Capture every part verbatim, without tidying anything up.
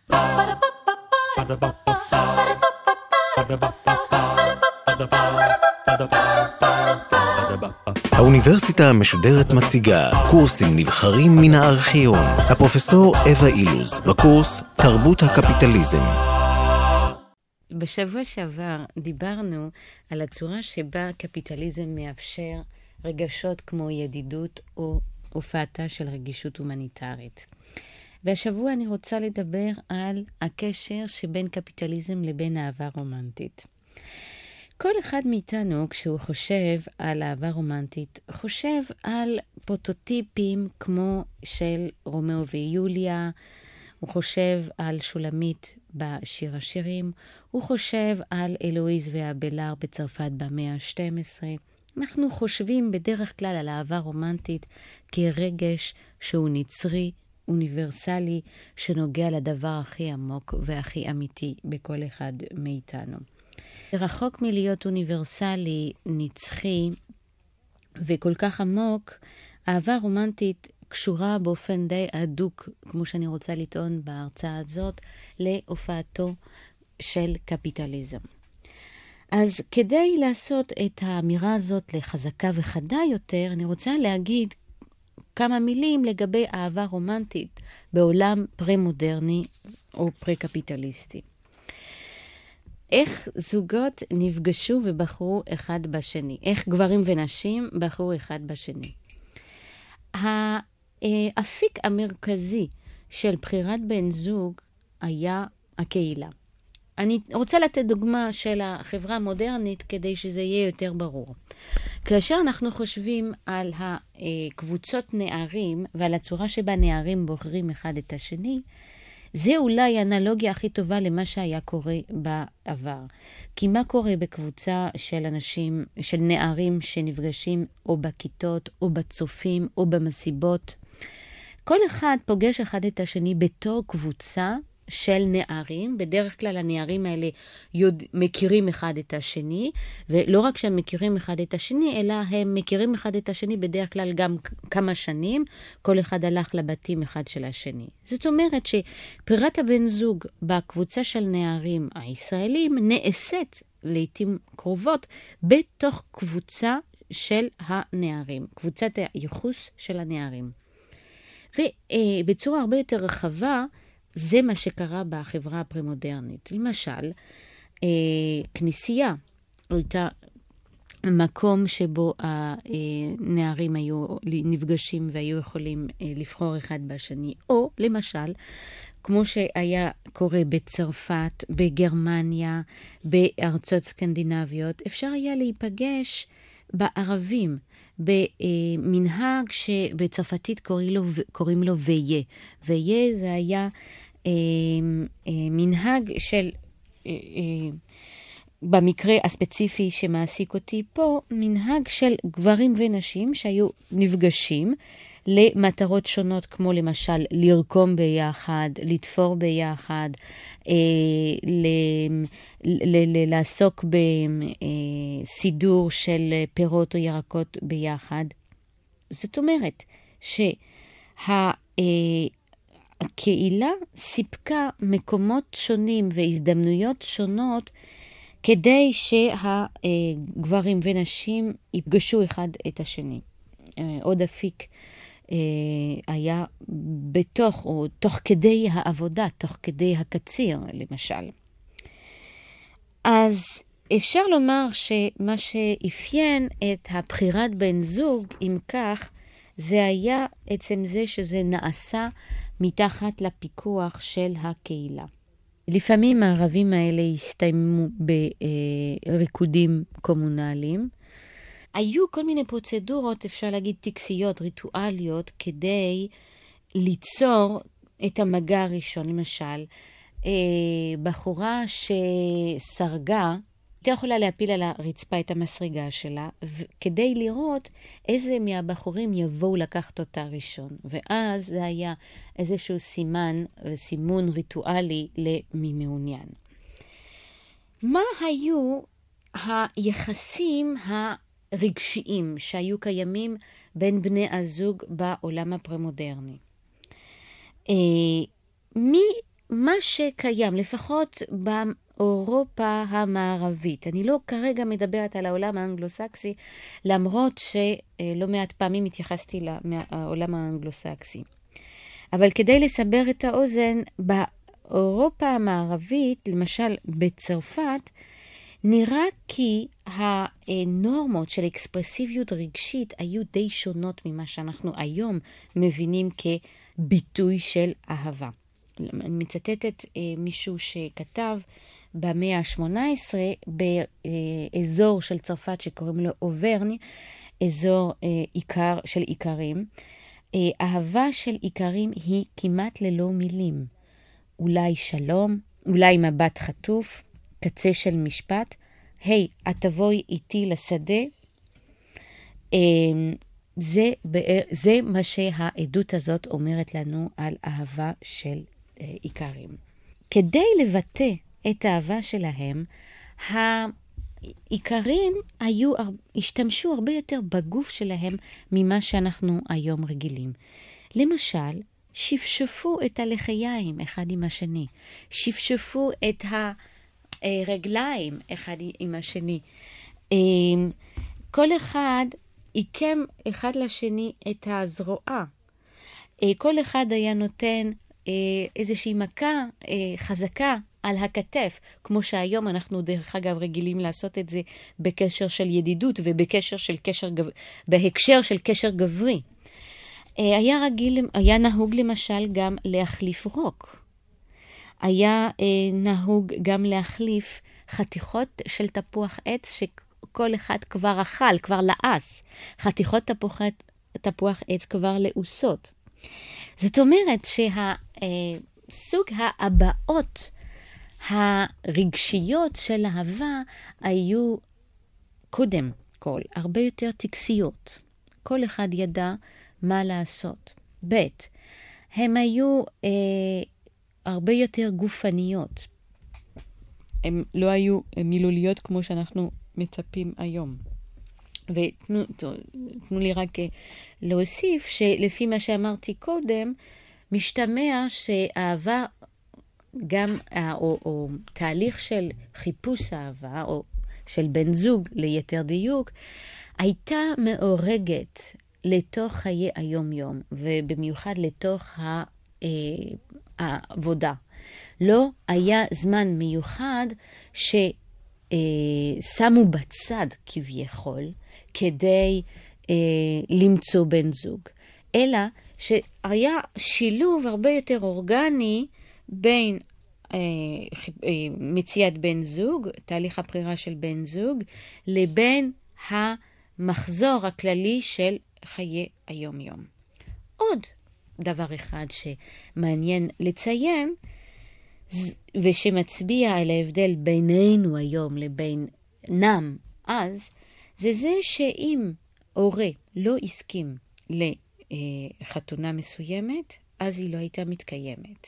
האוניברסיטה המשודרת מציגה קורסים נבחרים מן הארכיון. הפרופסור אווה אילוז בקורס תרבות הקפיטליזם. בשבוע שעבר דיברנו על הצורה שבה הקפיטליזם מאפשר רגשות כמו ידידות או הופעתה של רגישות הומניטרית. והשבוע אני רוצה לדבר על הקשר שבין קפיטליזם לבין אהבה רומנטית. כל אחד מאיתנו, כשהוא חושב על אהבה רומנטית, חושב על פרוטוטיפים כמו של רומאו ויוליה, הוא חושב על שולמית בשיר השירים, הוא חושב על אלואיז והבלר בצרפת במאה ה-שתים עשרה. אנחנו חושבים בדרך כלל על אהבה רומנטית כרגש שהוא נצרי, אוניברסלי, שנוגע לדבר הכי עמוק והכי אמיתי בכל אחד מאיתנו. רחוק מלהיות אוניברסלי, נצחי וכל כך עמוק, אהבה רומנטית קשורה באופן די הדוק, כמו שאני רוצה לטעון בהרצאה הזאת, להופעתו של קפיטליזם. אז כדי לעשות את האמירה הזאת לחזקה וחדה יותר, אני רוצה להגיד כמה מילים לגבי אהבה רומנטית בעולם פרה-מודרני או פרה-קפיטליסטי. איך זוגות נפגשו ובחרו אחד בשני. איך גברים ונשים בחרו אחד בשני. האפיק המרכזי של בחירת בן זוג היה הקהילה. אני רוצה לתת דוגמה של החברה המודרנית כדי שזה יהיה יותר ברור. כאשר אנחנו חושבים על הקבוצות נערים ועל הצורה שבה נערים בוחרים אחד את השני, זה אולי האנלוגיה הכי טובה למה שהיה קורה בעבר. כי מה קורה בקבוצה של אנשים, של נערים שנפגשים או בכיתות, או בצופים, או במסיבות? כל אחד פוגש אחד את השני בתור קבוצה של נערים. בדרך כלל הנערים האלה יודע, מכירים אחד את השני, ולא רק שהם מכירים אחד את השני, אלא הם מכירים אחד את השני בדרך כלל גם כמה שנים, כל אחד הלך לבתים אחד של השני. זאת אומרת שבחירת הבן זוג בקבוצה של נערים הישראלים נעשית לעתים קרובות בתוך קבוצה של הנערים, קבוצת הייחוס של הנערים. ובצורה הרבה יותר רחבה, זה מה שקרה בחברה הפרה-מודרנית. למשל, אה, כנסייה הייתה מקום שבו הנערים היו נפגשים והיו יכולים אה, לבחור אחד בשני. או למשל, כמו שהיה קורה בצרפת, בגרמניה, בארצות סקנדינביות, אפשר היה להיפגש בערבים, במנהג שבצרפתית קוראים לו, קוראים לו ויה. ויה זה היה אה, אה, מנהג של, אה, אה, במקרה הספציפי שמעסיק אותי פה, מנהג של גברים ונשים שהיו נפגשים למטרות שונות, כמו למשל לרקום ביחד, לתפור ביחד, אה, ל, ל, ל, לעסוק בסידור של פירות או ירקות ביחד. זאת אומרת שהקהילה סיפקה מקומות שונים והזדמנויות שונות כדי שהגברים ונשים יפגשו אחד את השני. עוד אפיק היה בתוך או תוך כדי העבודה, תוך כדי הקציר למשל. אז אפשר לומר שמה שאפיין את הבחירת בן זוג, אם כך, זה היה עצם זה שזה נעשה מתחת לפיקוח של הקהילה. לפעמים הערבים האלה הסתיימו בריקודים קומונליים. היו כל מיני פרוצדורות, אפשר להגיד טקסיות, ריטואליות, כדי ליצור את המגע הראשון. למשל, בחורה שסרגה, הייתה יכולה להפיל על הרצפה את המסריגה שלה, כדי לראות איזה מהבחורים יבואו לקחת אותה ראשון. ואז זה היה איזשהו סימן, סימון ריטואלי למי מעוניין. מה היו היחסים הרגשיים שהיו קיימים בין בני הזוג בעולם הפרמודרני? מי מה שקיים, לפחות באירופה המערבית, אני לא כרגע מדברת על העולם האנגלוסקסי, למרות שלא מעט פעמים התייחסתי לעולם האנגלוסקסי. אבל כדי לסבר את האוזן, באירופה המערבית, למשל בצרפת, נראה כי הנורמות של אקספרסיביות רגשית היו די שונות ממה שאנחנו היום מבינים כביטוי של אהבה. אני מצטטת מישהו שכתב במאה ה-שמונה עשרה באזור של צרפת שקוראים לו אוברני, אזור עיקר של עיקרים. אהבה של עיקרים היא כמעט ללא מילים. אולי שלום, אולי מבט חטוף, קצה של משפט, היי, את תבואי איתי לשדה. זה, זה מה שהעדות הזאת אומרת לנו על אהבה של עיקרים. כדי לבטא את האהבה שלהם, העיקרים היו, השתמשו הרבה יותר בגוף שלהם ממה שאנחנו היום רגילים. למשל, שפשפו את הלחיים אחד עם השני, שפשפו את הרגליים אחד עם השני. כל אחד עיקם אחד לשני את הזרועה. כל אחד היה נותן איזושהי מכה חזקה על הכתף, כמו שהיום אנחנו דרך אגב רגילים לעשות את זה בקשר של ידידות ובקשר של קשר גב... בהקשר של קשר גברי. היה רגיל, היה נהוג למשל גם להחליף רוק. היה נהוג גם להחליף חתיכות של תפוח עץ שכל אחד כבר אכל, כבר לעס. חתיכות תפוח, תפוח עץ כבר לעוסות. זאת אומרת שהסוג ההבעות הרגשיות של אהבה היו קודם כל הרבה יותר טקסיות. כל אחד ידע מה לעשות. ב' הם היו אה, הרבה יותר גופניות. הם לא היו מילוליות כמו שאנחנו מצפים היום. ותנו תנו לי רק להוסיף שלפי מה שאמרתי קודם, משתמע שאהבה גם, או, או תהליך של חיפוש אהבה, או של בן זוג ליתר דיוק, הייתה מאורגת לתוך חיי היום-יום, ובמיוחד לתוך העבודה. לא היה זמן מיוחד ששמו בצד כביכול, כדי אה, למצוא בן זוג, אלא שהיה שילוב הרבה יותר אורגני בין אה, אה, מציאת בן זוג, תהליך הבחירה של בן זוג, לבין המחזור הכללי של חיי היום-יום. עוד דבר אחד שמעניין לציין, ושמצביע על ההבדל בינינו היום לבינם אז, זה זה שאם הורה לא הסכים לחתונה מסוימת, אז היא לא הייתה מתקיימת.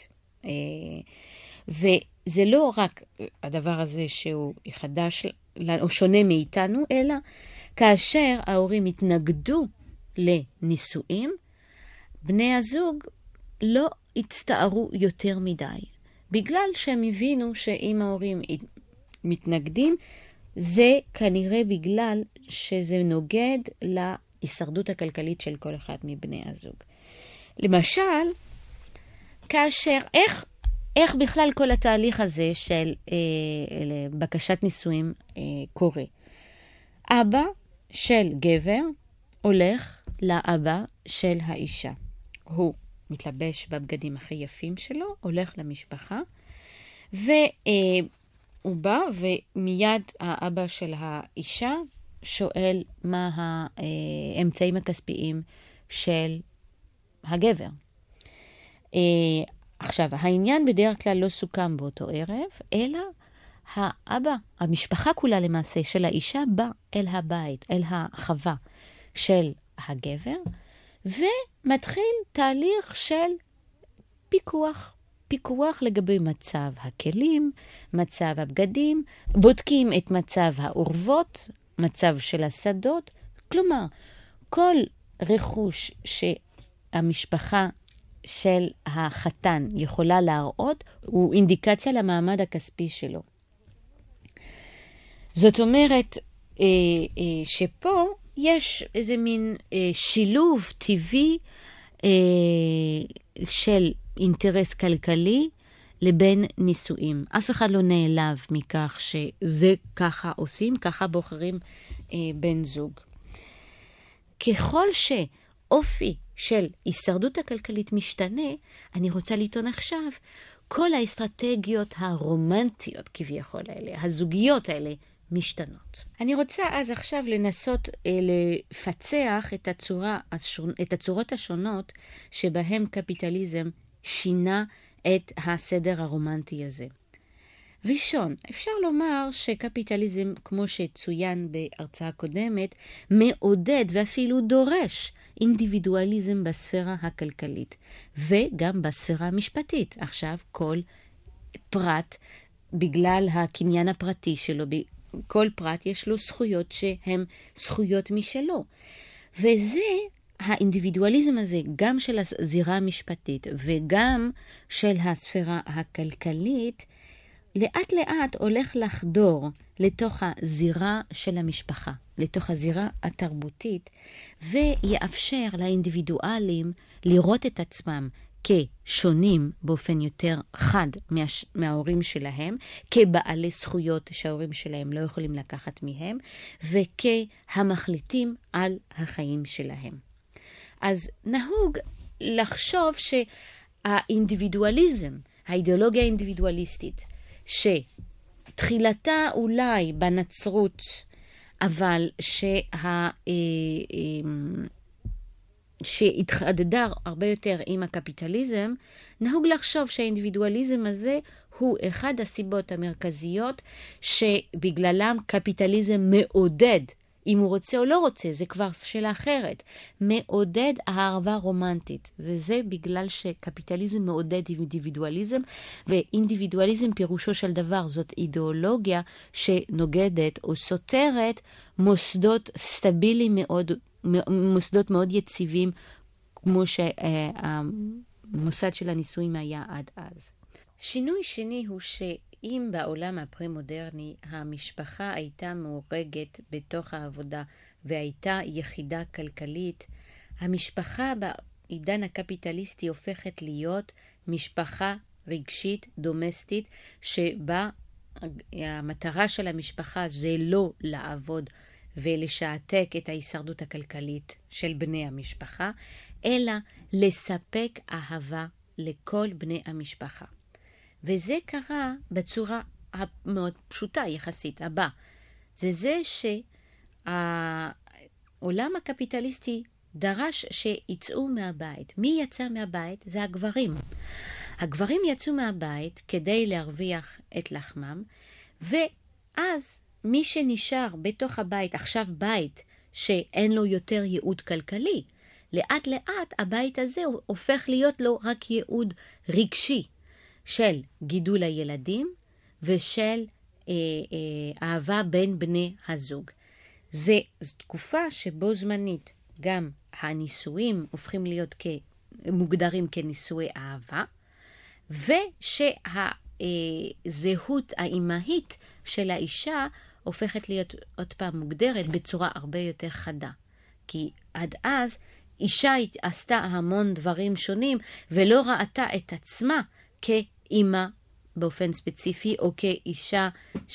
וזה לא רק הדבר הזה שהוא חדש או שונה מאיתנו, אלא כאשר ההורים התנגדו לנישואים, בני הזוג לא הצטערו יותר מדי. בגלל שהם הבינו שאם ההורים מתנגדים, זה כנראה בגלל שזה נוגד להישרדות הכלכלית של כל אחד מבני הזוג. למשל, כאשר, איך, איך בכלל כל התהליך הזה של אה, בקשת נישואים אה, קורה? אבא של גבר הולך לאבא של האישה. הוא מתלבש בבגדים הכי יפים שלו, הולך למשפחה, והוא אה, בא ומיד האבא של האישה שואל מה האמצעים הכספיים של הגבר. אה, עכשיו, העניין בדרך כלל לא סוכם באותו ערב, אלא האבא, המשפחה כולה למעשה של האישה בא אל הבית, אל החווה של הגבר, ומתחיל תהליך של פיקוח. פיקוח לגבי מצב הכלים, מצב הבגדים, בודקים את מצב האורבות, מצב של השדות, כלומר, כל רכוש שהמשפחה של החתן יכולה להראות הוא אינדיקציה למעמד הכספי שלו. זאת אומרת אה, אה, שפה יש איזה מין אה, שילוב טבעי אה, של אינטרס כלכלי לבין נישואים. אף אחד לא נעלב מכך שזה ככה עושים, ככה בוחרים אה, בן זוג. ככל שאופי של הישרדות הכלכלית משתנה, אני רוצה לטעון עכשיו, כל האסטרטגיות הרומנטיות כביכול האלה, הזוגיות האלה, משתנות. אני רוצה אז עכשיו לנסות אה, לפצח את, הצורה, את הצורות השונות שבהם קפיטליזם שינה את הסדר הרומנטי הזה. ראשון, אפשר לומר שקפיטליזם, כמו שצוין בהרצאה קודמת, מעודד ואפילו דורש אינדיבידואליזם בספירה הכלכלית, וגם בספירה המשפטית. עכשיו כל פרט, בגלל הקניין הפרטי שלו, כל פרט יש לו זכויות שהן זכויות משלו. וזה, האינדיבידואליזם הזה, גם של הזירה המשפטית וגם של הספירה הכלכלית, לאט לאט הולך לחדור לתוך הזירה של המשפחה, לתוך הזירה התרבותית, ויאפשר לאינדיבידואלים לראות את עצמם כשונים באופן יותר חד מה, מההורים שלהם, כבעלי זכויות שההורים שלהם לא יכולים לקחת מהם, וכהמחליטים על החיים שלהם. אז נהוג לחשוב שהאינדיבידואליזם, האידיאולוגיה האינדיבידואליסטית, שתחילתה אולי בנצרות, אבל שה... שהתחדדה הרבה יותר עם הקפיטליזם, נהוג לחשוב שהאינדיבידואליזם הזה הוא אחד הסיבות המרכזיות שבגללם קפיטליזם מעודד, אם הוא רוצה או לא רוצה, זה כבר שאלה אחרת, מעודד אהבה רומנטית, וזה בגלל שקפיטליזם מעודד אינדיבידואליזם, ואינדיבידואליזם פירושו של דבר זאת אידיאולוגיה שנוגדת או סותרת מוסדות סטביליים מאוד, מוסדות מאוד יציבים, כמו שהמוסד של הנישואים היה עד אז. שינוי שני הוא שאם בעולם הפרה-מודרני המשפחה הייתה מאורגת בתוך העבודה והייתה יחידה כלכלית, המשפחה בעידן הקפיטליסטי הופכת להיות משפחה רגשית, דומסטית, שבה המטרה של המשפחה זה לא לעבוד ולשעתק את ההישרדות הכלכלית של בני המשפחה, אלא לספק אהבה לכל בני המשפחה. וזה קרה בצורה מאוד פשוטה יחסית. הבא, זה זה שהעולם הקפיטליסטי דרש שיצאו מהבית. מי יצא מהבית? זה הגברים. הגברים יצאו מהבית כדי להרוויח את לחמם, ואז מי שנשאר בתוך הבית, עכשיו בית שאין לו יותר ייעוד כלכלי, לאט לאט הבית הזה הופך להיות לו רק ייעוד רגשי של גידול הילדים ושל אה, אה, אהבה בין בני הזוג. זה תקופה שבו זמנית גם הנישואים הופכים להיות מוגדרים כנישואי אהבה, ושהזהות האימהית של האישה הופכת להיות עוד פעם מוגדרת בצורה הרבה יותר חדה. כי עד אז אישה עשתה המון דברים שונים ולא ראתה את עצמה כאימא באופן ספציפי או כאישה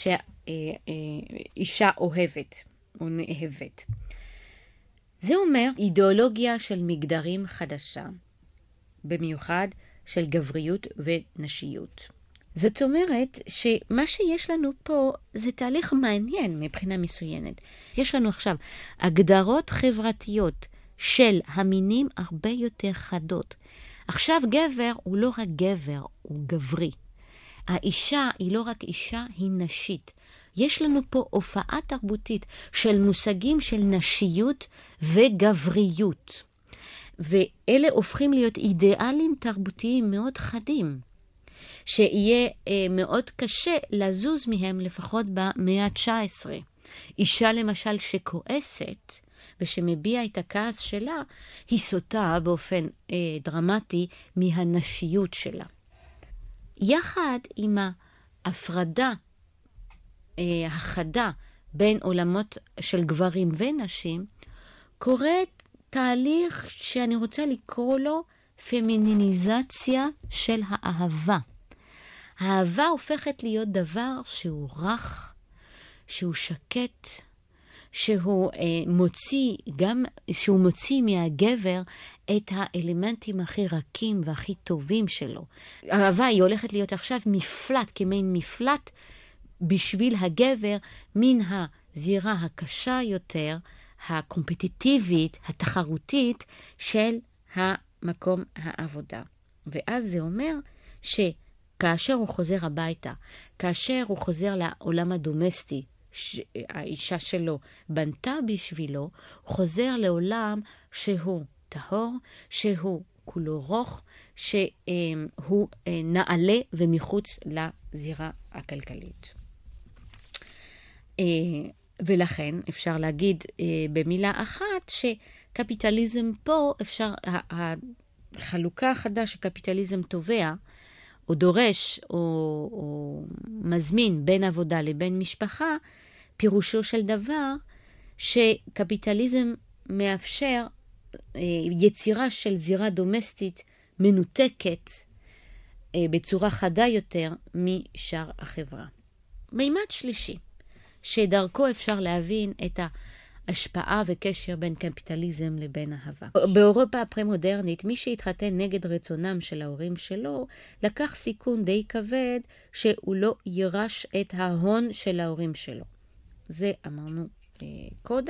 שאישה אוהבת או נאהבת. זה אומר אידיאולוגיה של מגדרים חדשה, במיוחד של גבריות ונשיות. זאת אומרת שמה שיש לנו פה זה תהליך מעניין מבחינה מסוימת. יש לנו עכשיו הגדרות חברתיות של המינים הרבה יותר חדות. עכשיו גבר הוא לא רק גבר, הוא גברי. האישה היא לא רק אישה, היא נשית. יש לנו פה הופעה תרבותית של מושגים של נשיות וגבריות. ואלה הופכים להיות אידיאלים תרבותיים מאוד חדים, שיהיה אה, מאוד קשה לזוז מהם לפחות במאה ה-תשע עשרה. אישה למשל שכועסת ושמביע את הכעס שלה, היא סוטה באופן אה, דרמטי מהנשיות שלה. יחד עם ההפרדה אה, החדה בין עולמות של גברים ונשים, קורה תהליך שאני רוצה לקרוא לו פמיניניזציה של האהבה. האהבה הופכת להיות דבר שהוא רך, שהוא שקט, שהוא אה, מוציא גם שהוא מוציא מהגבר את האלמנטים הכי רכים והכי טובים שלו. האהבה היא הולכת להיות עכשיו מפלט, כמין מפלט בשביל הגבר מן הזירה הקשה יותר, הקומפטיטיבית, התחרותית של המקום העבודה. ואז זה אומר שכאשר הוא חוזר הביתה, כאשר הוא חוזר לעולם הדומסטי, האישה שלו בנתה בשבילו, הוא חוזר לעולם שהוא טהור, שהוא כולו רוך, שהוא נעלה ומחוץ לזירה הכלכלית. ולכן אפשר להגיד במילה אחת שקפיטליזם פה, אפשר, החלוקה החדש שקפיטליזם תובע, או דורש, או, או מזמין בין עבודה לבין משפחה, פירושו של דבר שקפיטליזם מאפשר יצירה של זירה דומסטית מנותקת בצורה חדה יותר משאר החברה. מימד שלישי, שדרכו אפשר להבין את ההשפעה וקשר בין קפיטליזם לבין אהבה. באירופה הפרה-מודרנית, מי שהתחתן נגד רצונם של ההורים שלו, לקח סיכון די כבד שהוא לא ירש את ההון של ההורים שלו. זה אמרנו אה, קודם,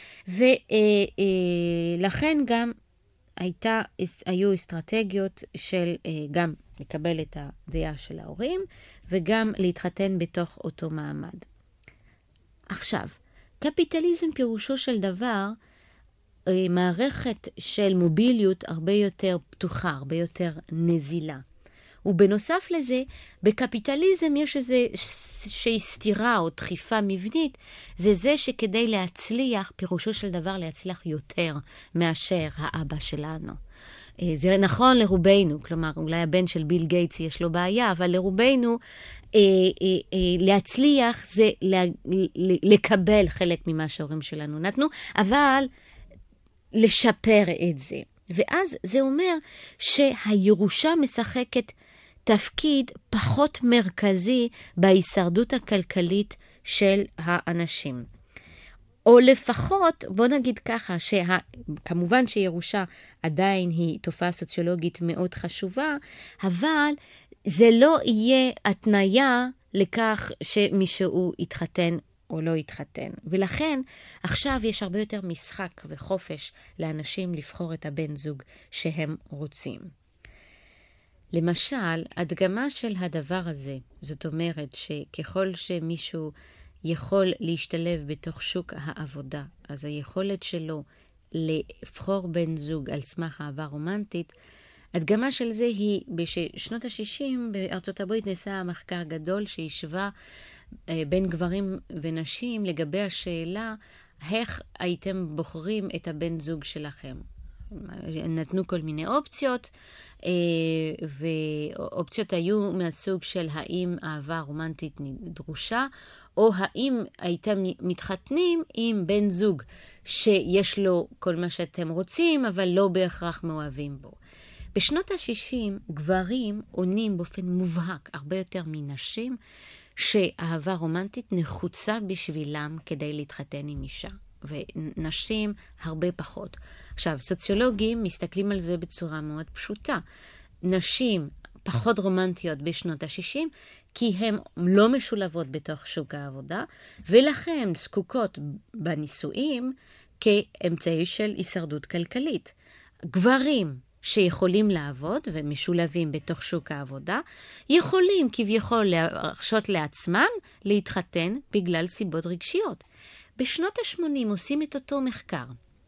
ולכן אה, אה, גם הייתה, היו אסטרטגיות של אה, גם לקבל את הדעה של ההורים, וגם להתחתן בתוך אותו מעמד. עכשיו, קפיטליזם פירושו של דבר אה, מערכת של מוביליות הרבה יותר פתוחה, הרבה יותר נזילה. ובנוסף לזה, בקפיטליזם יש איזה שהיא סתירה או דחיפה מבנית, זה זה שכדי להצליח, פירושו של דבר להצליח יותר מאשר האבא שלנו. זה נכון לרובנו, כלומר, אולי הבן של ביל גייטס יש לו בעיה, אבל לרובנו אה, אה, אה, להצליח זה לה, לקבל חלק ממה שההורים שלנו נתנו, אבל לשפר את זה. ואז זה אומר שהירושה משחקת תפקיד פחות מרכזי בהישרדות הכלכלית של האנשים. או לפחות, בוא נגיד ככה, שה, כמובן שירושה עדיין היא תופעה סוציולוגית מאוד חשובה, אבל זה לא יהיה התניה לכך שמישהו יתחתן או לא יתחתן. ולכן עכשיו יש הרבה יותר משחק וחופש לאנשים לבחור את הבן זוג שהם רוצים. למשל, הדגמה של הדבר הזה, זאת אומרת שככל שמישהו יכול להשתלב בתוך שוק העבודה, אז היכולת שלו לבחור בן זוג על סמך אהבה רומנטית, הדגמה של זה היא בשנות ה-שישים בארצות הברית נעשה מחקר גדול שהשווה בין גברים ונשים לגבי השאלה איך הייתם בוחרים את הבן זוג שלכם. נתנו כל מיני אופציות, ואופציות היו מהסוג של האם אהבה רומנטית דרושה, או האם הייתם מתחתנים עם בן זוג שיש לו כל מה שאתם רוצים, אבל לא בהכרח מאוהבים בו. בשנות ה-שישים גברים עונים באופן מובהק הרבה יותר מנשים, שאהבה רומנטית נחוצה בשבילם כדי להתחתן עם אישה, ונשים הרבה פחות. עכשיו, סוציולוגים מסתכלים על זה בצורה מאוד פשוטה. נשים פחות רומנטיות בשנות ה-שישים, כי הן לא משולבות בתוך שוק העבודה, ולכן זקוקות בנישואים כאמצעי של הישרדות כלכלית. גברים שיכולים לעבוד ומשולבים בתוך שוק העבודה, יכולים כביכול להרשות לעצמם להתחתן בגלל סיבות רגשיות. בשנות ה-שמונים עושים את אותו מחקר.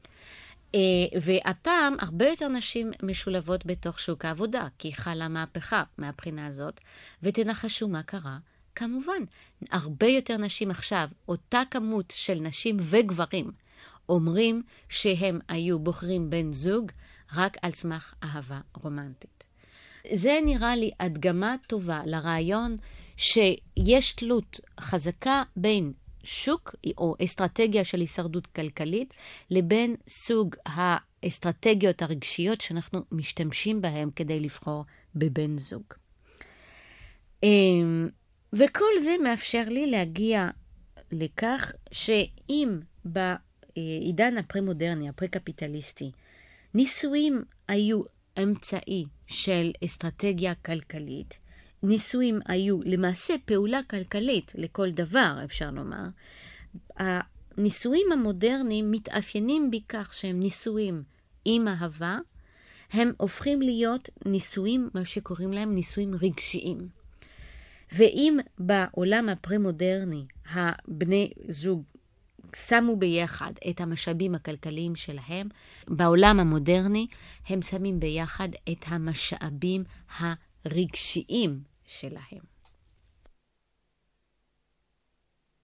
והפעם הרבה יותר נשים משולבות בתוך שוק העבודה, כי חלה מהפכה מהבחינה הזאת, ותנחשו מה קרה. כמובן, הרבה יותר נשים עכשיו, אותה כמות של נשים וגברים, אומרים שהם היו בוחרים בן זוג רק על סמך אהבה רומנטית. זה נראה לי הדגמה טובה לרעיון שיש תלות חזקה בין שוק או אסטרטגיה של הישרדות כלכלית לבין סוג האסטרטגיות הרגשיות שאנחנו משתמשים בהם כדי לבחור בבן זוג. וכל זה מאפשר לי להגיע לכך שאם בעידן הפרה-מודרני, הפרה-קפיטליסטי, נישואים היו אמצעי של אסטרטגיה כלכלית, נישואים היו למעשה פעולה כלכלית לכל דבר, אפשר לומר, הנישואים המודרניים מתאפיינים בכך שהם נישואים עם אהבה, הם הופכים להיות נישואים, מה שקוראים להם נישואים רגשיים. ואם בעולם הפרה-מודרני הבני זוג שמו ביחד את המשאבים הכלכליים שלהם, בעולם המודרני הם שמים ביחד את המשאבים הרגשיים שלהם.